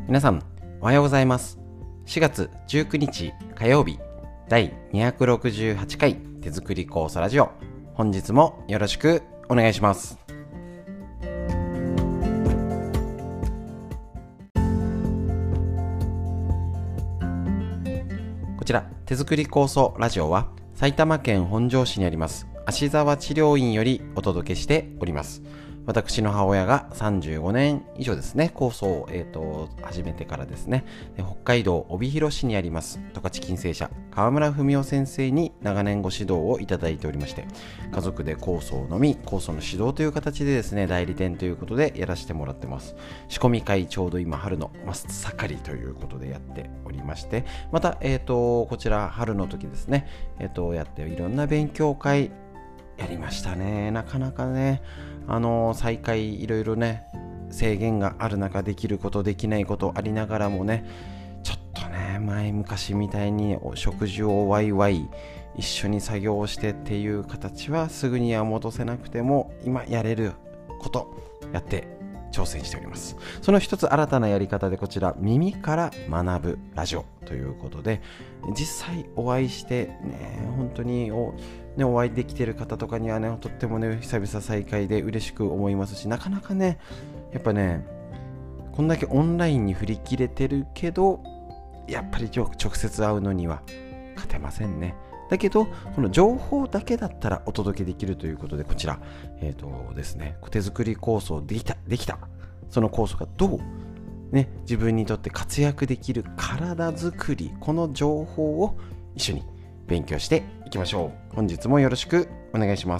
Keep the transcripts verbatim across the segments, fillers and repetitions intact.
皆さんおはようございます。しがつじゅうくにち火曜日、だいにひゃくろくじゅうはちかい手作り酵素ラジオ、本日もよろしくお願いします。こちら手作り酵素ラジオは埼玉県本庄市にあります芦沢治療院よりお届けしております。私の母親がさんじゅうごねん以上ですね、酵素を、えー、と始めてからですね、北海道帯広市にあります十勝金星社川村文夫先生に長年ご指導をいただいておりまして、家族で酵素を飲み、酵素の指導という形でですね、代理店ということでやらせてもらってます。仕込み会、ちょうど今春の真っ盛りということでやっておりまして、また、えー、とこちら春の時ですね、えー、とやっていろんな勉強会やりましたね。なかなかね、あの再開いろいろね制限がある中、できることできないことありながらもね、ちょっとね前昔みたいにお食事をワイワイ一緒に作業をしてっていう形はすぐには戻せなくても、今やれることやって挑戦しております。その一つ新たなやり方で、こちら耳から学ぶラジオということで、実際お会いしてね、本当におね、お会いできている方とかにはね、とってもね久々再会で嬉しく思いますし、なかなかねやっぱねこんだけオンラインに振り切れてるけど、やっぱり直接会うのには勝てませんね。だけどこの情報だけだったらお届けできるということで、こちらえっとですね手作り酵素できたできたその酵素がどうね自分にとって活躍できる体作り、この情報を一緒に勉強していきましょう。本日もよろしくお願いします。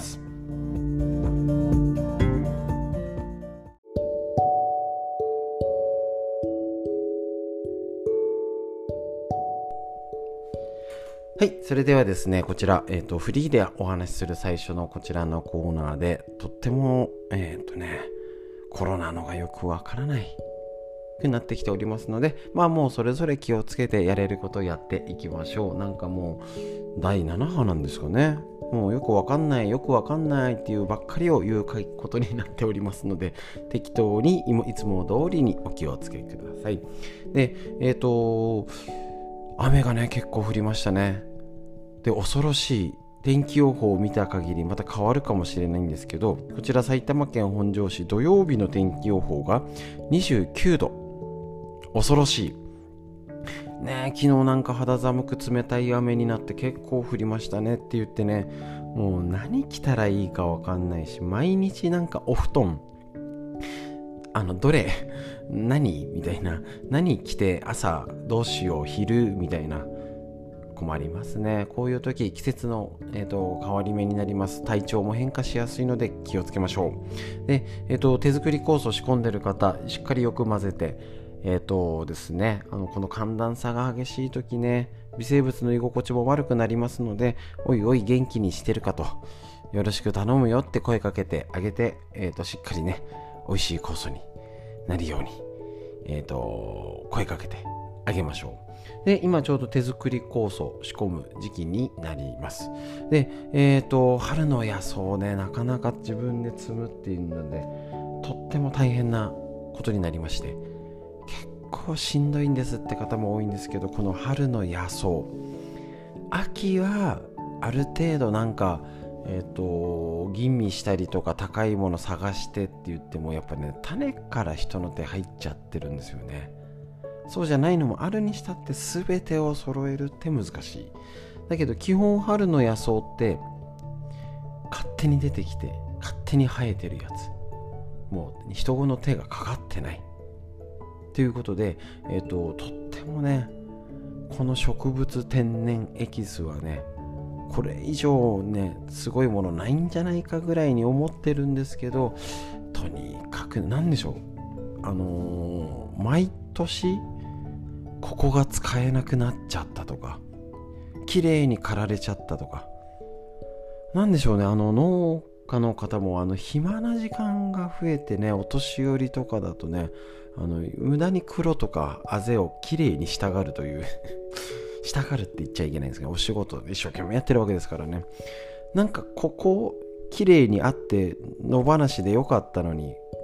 はい、それではですね、こちら、えーと、フリーでお話しする最初のこちらのコーナーで、とっても、えっとね、コロナのがよくわからないくなってきておりますので、まあもうそれぞれ気をつけてやれることをやっていきましょう。なんかもうだいななはなんですかね。もうよくわかんないよくわかんないっていうばっかりを言うことになっておりますので、適当にいつも通りにお気をつけください。で、えっと雨がね結構降りましたね。で、恐ろしい天気予報を見た限りまた変わるかもしれないんですけど、こちら埼玉県本庄市土曜日の天気予報がにじゅうきゅうど、恐ろしいね。昨日なんか肌寒く冷たい雨になって結構降りましたねって言ってね、もう何着たらいいか分かんないし、毎日なんかお布団あのどれ何みたいな、何着て朝どうしよう昼みたいな、困りますね。こういう時季節の、えーと、変わり目になります。体調も変化しやすいので気をつけましょう。で、えーと、手作り酵素を仕込んでる方、しっかりよく混ぜて、えーとですね、あのこの寒暖差が激しい時ね、微生物の居心地も悪くなりますので、おいおい元気にしてるかと、よろしく頼むよって声かけてあげて、えーとしっかりね美味しい酵素になるように、えーと声かけてあげましょう。で、今ちょうど手作り酵素仕込む時期になります。で、えーと春の野草をねなかなか自分で摘むっていうので、とっても大変なことになりまして、結構しんどいんですって方も多いんですけど、この春の野草、秋はある程度なんかえっと吟味したりとか高いもの探してって言っても、やっぱね種から人の手入っちゃってるんですよね。そうじゃないのもあるにしたって、全てを揃えるって難しい。だけど基本春の野草って勝手に出てきて勝手に生えてるやつ、もう人の手がかかってないということで、えっととってもねこの植物天然エキスはね、これ以上ねすごいものないんじゃないかぐらいに思ってるんですけど、とにかくなんでしょう、あのー、毎年ここが使えなくなっちゃったとか、綺麗に刈られちゃったとか、なんでしょうね、あの農家の方もあの暇な時間が増えてね、お年寄りとかだとね、あの無駄に黒とかあぜを綺麗にしたがるというしたがるって言っちゃいけないんですけど、お仕事で一生懸命やってるわけですからね、なんかここ綺麗にあって野放しでよかったのに、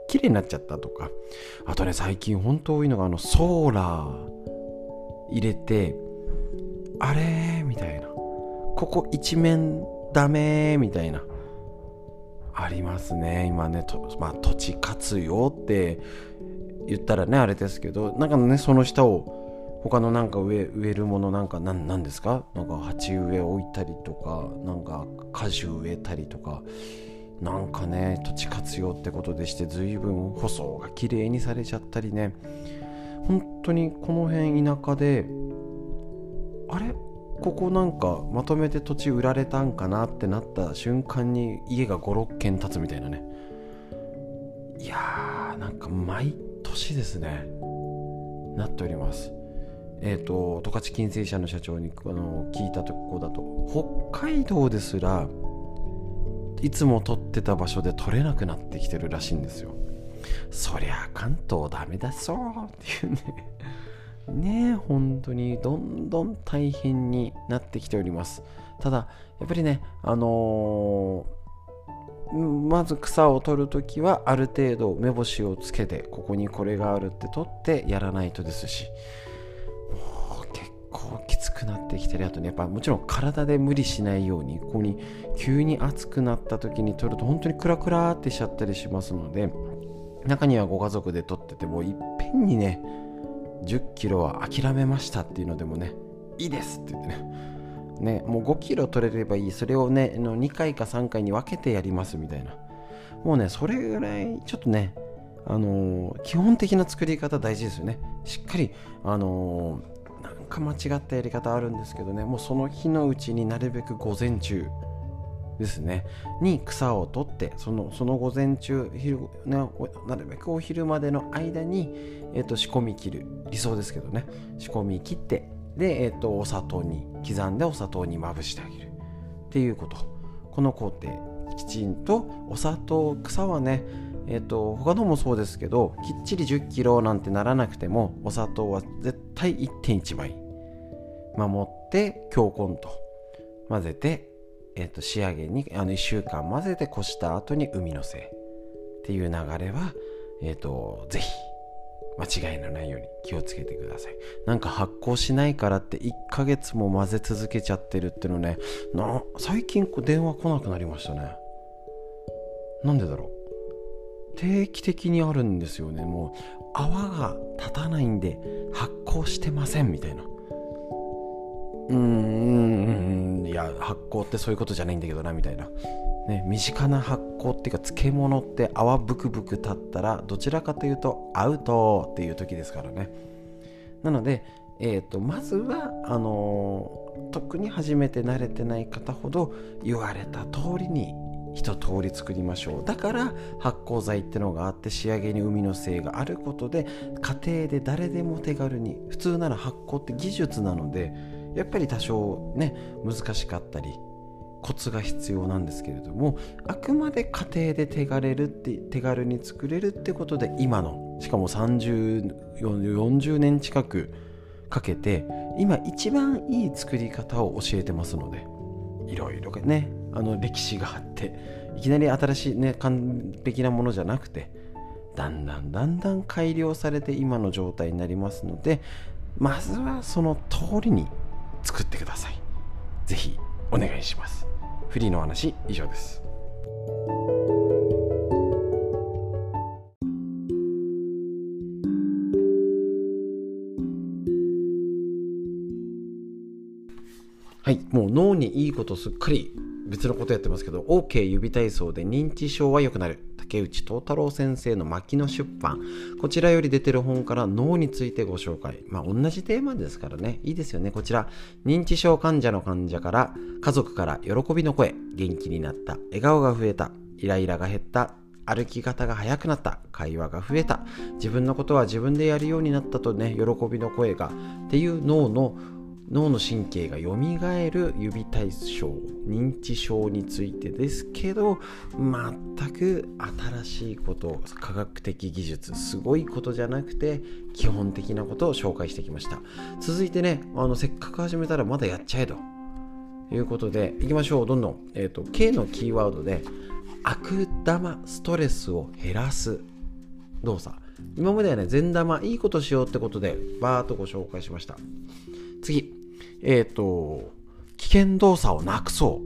綺麗になっちゃったとか、あとね最近本当多いのがあのソーラー入れてあれーみたいな、ここ一面ダメーみたいなありますね今ね。と、まあ、土地活用って言ったらねあれですけど、なんかねその下を他のなんか植え、植えるものなんかなんなんですか、なんか鉢植え置いたりとか、なんか果樹植えたりとか、なんかね土地活用ってことでして随分舗装が綺麗にされちゃったりね、本当にこの辺田舎であれここなんかまとめて土地売られたんかなってなった瞬間に家がご、ろっけん建つみたいなね。いやーなんか毎年ですねなっております。えっ、ー、と十勝金星社の社長にあの聞いたとこだと、北海道ですらいつも取ってた場所で取れなくなってきてるらしいんですよ。そりゃ関東ダメだそうっていうねねえ本当にどんどん大変になってきております。ただやっぱりねあのー、まず草を取るときはある程度目星をつけて、ここにこれがあるって取ってやらないとですし、もう結構きつくなってきてる。あとねやっぱもちろん体で無理しないように、ここに急に暑くなった時に取ると本当にクラクラってしちゃったりしますので、中にはご家族で取っててもいっぺんにねじゅっキロは諦めましたっていうのでもねいいですって言ってね、ねもうごキロ取れればいい、それをねのにかいかさんかいに分けてやりますみたいな、もうねそれぐらいちょっとねあのー、基本的な作り方大事ですよね。しっかりあのー、なんか間違ったやり方あるんですけどね、もうその日のうちになるべく午前中ですねに草を取って、そのその午前中昼、ね、なるべくお昼までの間に、えー、と仕込み切る、理想ですけどね仕込み切って、で、えー、とお砂糖に刻んでお砂糖にまぶしてあげるっていうこと、この工程きちんとお砂糖、草はねえー、と他のもそうですけどきっちりじゅっキロなんてならなくてもお砂糖は絶対 いってんいち 倍守って強根と混ぜて、えー、と仕上げにあのいっしゅうかん混ぜてこした後に海のせいっていう流れは、えー、とぜひ間違いのないように気をつけてください。なんか発酵しないからっていっかげつも混ぜ続けちゃってるっていうのね、な最近こう電話来なくなりましたね。なんでだろう、定期的にあるんですよね。もう泡が立たないんで発酵してませんみたいな、うーんいや発酵ってそういうことじゃないんだけどなみたいなね、身近な発酵っていうか漬物って泡ブクブク立ったらどちらかというとアウトっていう時ですからね。なので、えーと、まずはあのー、特に初めて慣れてない方ほど言われた通りに一通り作りましょう。だから発酵剤ってのがあって、仕上げに海の精があることで家庭で誰でも手軽に、普通なら発酵って技術なのでやっぱり多少ね難しかったりコツが必要なんですけれども、あくまで家庭で手軽るって手軽に作れるってことで、今のしかもさんじゅう、よんじゅうねん近くかけて今一番いい作り方を教えてますので、いろいろねあの歴史があっていきなり新しいね完璧なものじゃなくて、だんだんだんだん改良されて今の状態になりますので、まずはその通りに作ってください。ぜひお願いします。フリーの話以上です。はい、もう脳にいいことすっかり別のことやってますけど、 OK 指体操で認知症は良くなる、竹内東太郎先生の牧野出版、こちらより出てる本から脳についてご紹介。まあ同じテーマですからね、いいですよね。こちら認知症患者の患者から家族から喜びの声、元気になった、笑顔が増えた、イライラが減った、歩き方が速くなった、会話が増えた、自分のことは自分でやるようになったとね、喜びの声がっていう脳の脳の神経がよみがえる指体操、認知症についてですけど、全く新しいこと、科学的技術、すごいことじゃなくて基本的なことを紹介してきました。続いてね、あのせっかく始めたらまだやっちゃえということでいきましょう。どんどん、えーと、K のキーワードで悪玉ストレスを減らす動作、今まではね善玉、いいことしようってことでバーっとご紹介しました。次、えっと危険動作をなくそう。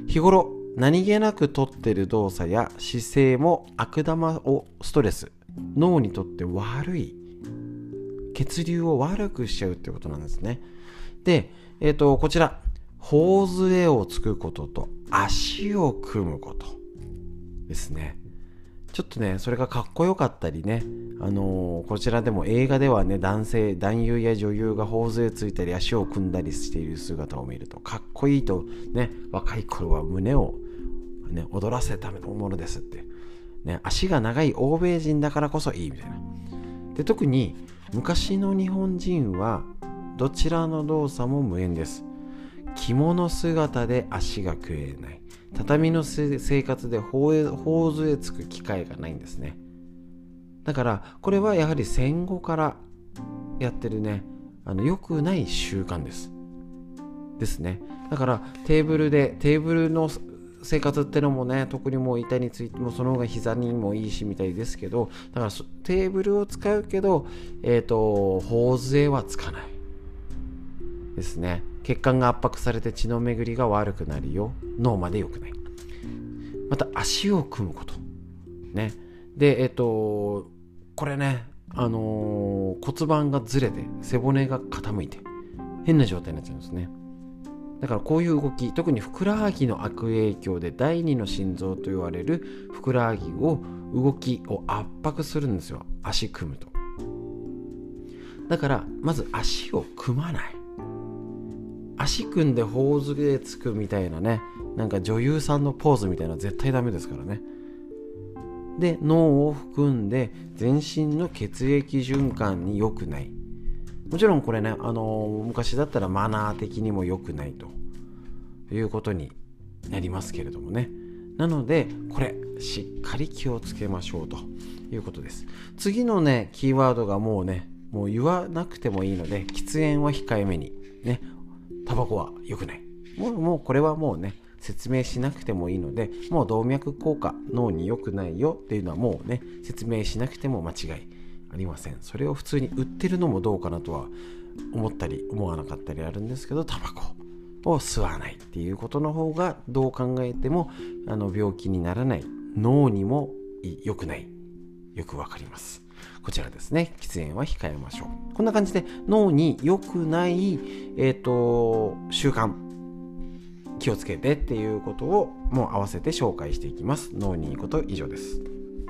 日頃何気なくとってる動作や姿勢も悪玉をストレス、脳にとって悪い、血流を悪くしちゃうってことなんですね。で、えっとこちら頬杖をつくことと足を組むことですね。ちょっとねそれがかっこよかったりね、あのー、こちらでも映画ではね男性男優や女優が頬杖ついたり足を組んだりしている姿を見るとかっこいいとね、若い頃は胸を、ね、踊らせるためのものですって、ね、足が長い欧米人だからこそいいみたいな。で、特に昔の日本人はどちらの動作も無縁です。着物姿で足が食えない、畳の生活で頬杖つく機会がないんですね。だからこれはやはり戦後からやってるね、あの良くない習慣ですですね。だからテーブルでテーブルの生活ってのもね、特にもう板についてもその方が膝にもいいしみたいですけど、だからテーブルを使うけど、えっと頬杖はつかないですね。血管が圧迫されて血の巡りが悪くなるよ、脳まで良くない。また足を組むことね。で、えっとこれね、あのー、骨盤がずれて背骨が傾いて変な状態になっちゃうんですね。だからこういう動き、特にふくらはぎの悪影響で第二の心臓と言われるふくらはぎを動きを圧迫するんですよ、足組むと。だからまず足を組まない。足組んで頬杖つくみたいなね、なんか女優さんのポーズみたいなのは絶対ダメですからね。で、脳を含んで全身の血液循環に良くない。もちろんこれね、あのー、昔だったらマナー的にも良くないということになりますけれどもね。なのでこれしっかり気をつけましょうということです。次のねキーワードがもうねもう言わなくてもいいので、喫煙は控えめにね、タバコは良くない。もう、もうこれはもうね説明しなくてもいいので、もう動脈硬化、脳に良くないよっていうのはもうね説明しなくても間違いありません。それを普通に売ってるのもどうかなとは思ったり思わなかったりあるんですけど、タバコを吸わないっていうことの方がどう考えてもあの病気にならない、脳にも良くない、よくわかります。こちらですね、喫煙は控えましょう。こんな感じで脳に良くない、えーと、習慣気をつけてっていうことをもう合わせて紹介していきます。脳にいいこと以上です。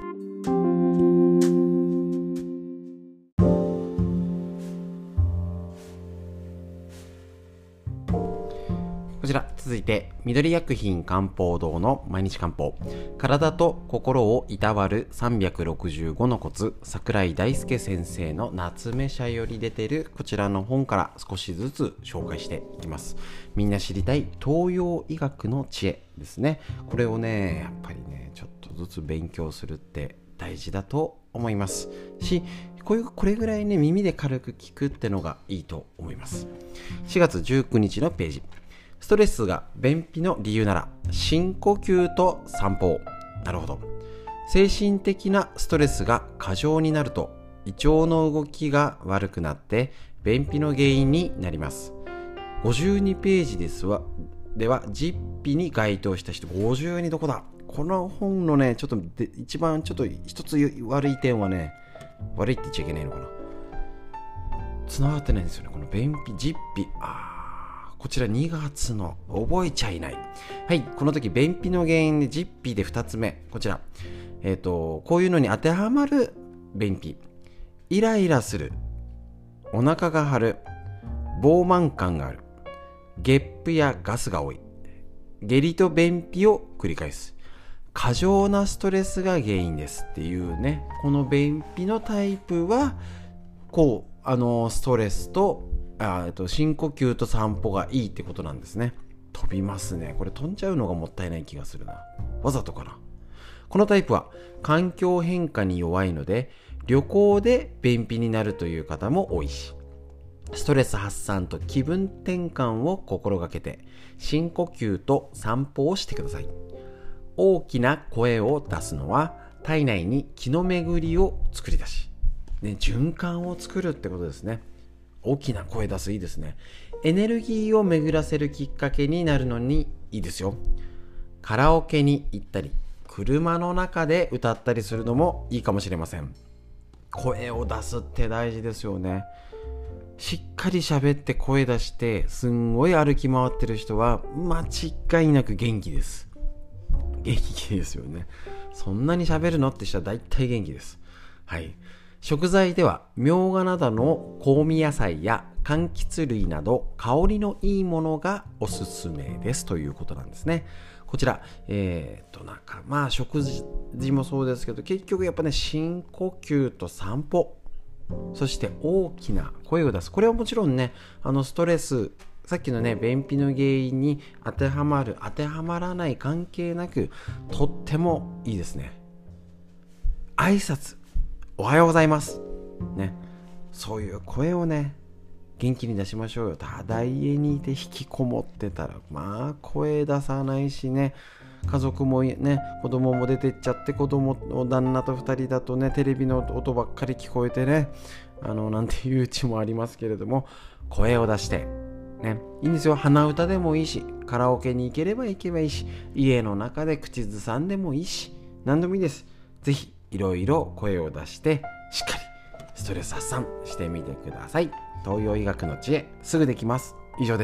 こちら続いて緑薬品漢方堂の毎日漢方、体と心をいたわるさんびゃくろくじゅうごのコツ、櫻井大輔先生の夏目社より出てるこちらの本から少しずつ紹介していきます。みんな知りたい東洋医学の知恵ですね。これをねやっぱりねちょっとずつ勉強するって大事だと思いますし、こういうこれぐらいね耳で軽く聞くってのがいいと思います。しがつじゅうくにちのページ、ストレスが便秘の理由なら深呼吸と散歩。なるほど。精神的なストレスが過剰になると胃腸の動きが悪くなって便秘の原因になります。ごじゅうにページですわでは実費に該当した人、ごじゅうにどこだ。この本のねちょっとで一番ちょっと一つ悪い点はね、悪いって言っちゃいけないのかな、繋がってないんですよね。この便秘実費、あこちらにがつの覚えちゃいない。はい、この時便秘の原因で実費でふたつめ、こちらえっとこういうのに当てはまる便秘、イライラする、お腹が張る、膨満感がある、ゲップやガスが多い、下痢と便秘を繰り返す、過剰なストレスが原因ですっていうね。この便秘のタイプはこうあのストレスとあえっと深呼吸と散歩がいいってことなんですね。飛びますね。これ飛んじゃうのがもったいない気がするな。わざとかな。このタイプは環境変化に弱いので旅行で便秘になるという方も多いし、ストレス発散と気分転換を心がけて深呼吸と散歩をしてください。大きな声を出すのは体内に気の巡りを作り出し、ね、循環を作るってことですね。大きな声出す、いいですね。エネルギーを巡らせるきっかけになるのにいいですよ。カラオケに行ったり、車の中で歌ったりするのもいいかもしれません。声を出すって大事ですよね。しっかり喋って声出してすんごい歩き回ってる人は間違いなく元気です。元気ですよね。そんなに喋るのって人は大体元気です。はい。食材ではみょうがなどの香味野菜や柑橘類など香りのいいものがおすすめですということなんですね。こちら、えー、っとなんかまあ食事もそうですけど、結局やっぱね、深呼吸と散歩、そして大きな声を出す。これはもちろんね、あのストレス、さっきのね、便秘の原因に当てはまる当てはまらない関係なく、とってもいいですね。挨拶、おはようございますね、そういう声をね、元気に出しましょうよ。ただ家にいて引きこもってたら、まあ声出さないしね、家族もね、子供も出てっちゃって、子供の旦那とふたりだとね、テレビの音ばっかり聞こえてね、あのなんていううちもありますけれども、声を出してね、いいんですよ。鼻歌でもいいし、カラオケに行ければ行けばいいし、家の中で口ずさんでもいいし、何でもいいです。ぜひいろいろ声を出してしっかりストレス発散してみてください。東洋医学の知恵、すぐできます。以上です。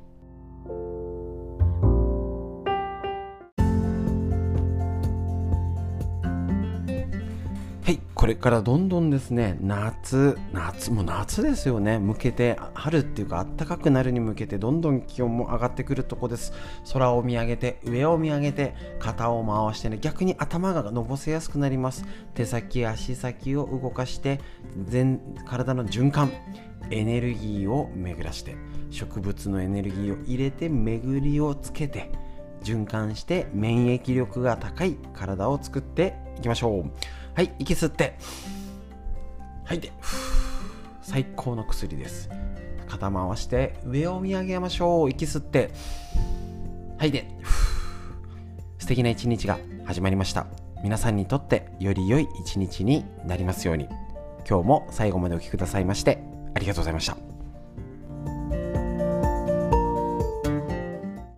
はい、これからどんどんですね、夏夏もう夏ですよね、向けて、春っていうか暖かくなるに向けてどんどん気温も上がってくるとこです。空を見上げて、上を見上げて、肩を回してね、逆に頭がのぼせやすくなります。手先足先を動かして全体の循環、エネルギーを巡らして、植物のエネルギーを入れて巡りをつけて循環して、免疫力が高い体を作っていきましょう。はい、息吸って吐いて、最高の薬です。肩回して上を見上げましょう。息吸って吐いて、素敵な一日が始まりました。皆さんにとってより良い一日になりますように。今日も最後までお聞きくださいましてありがとうございました。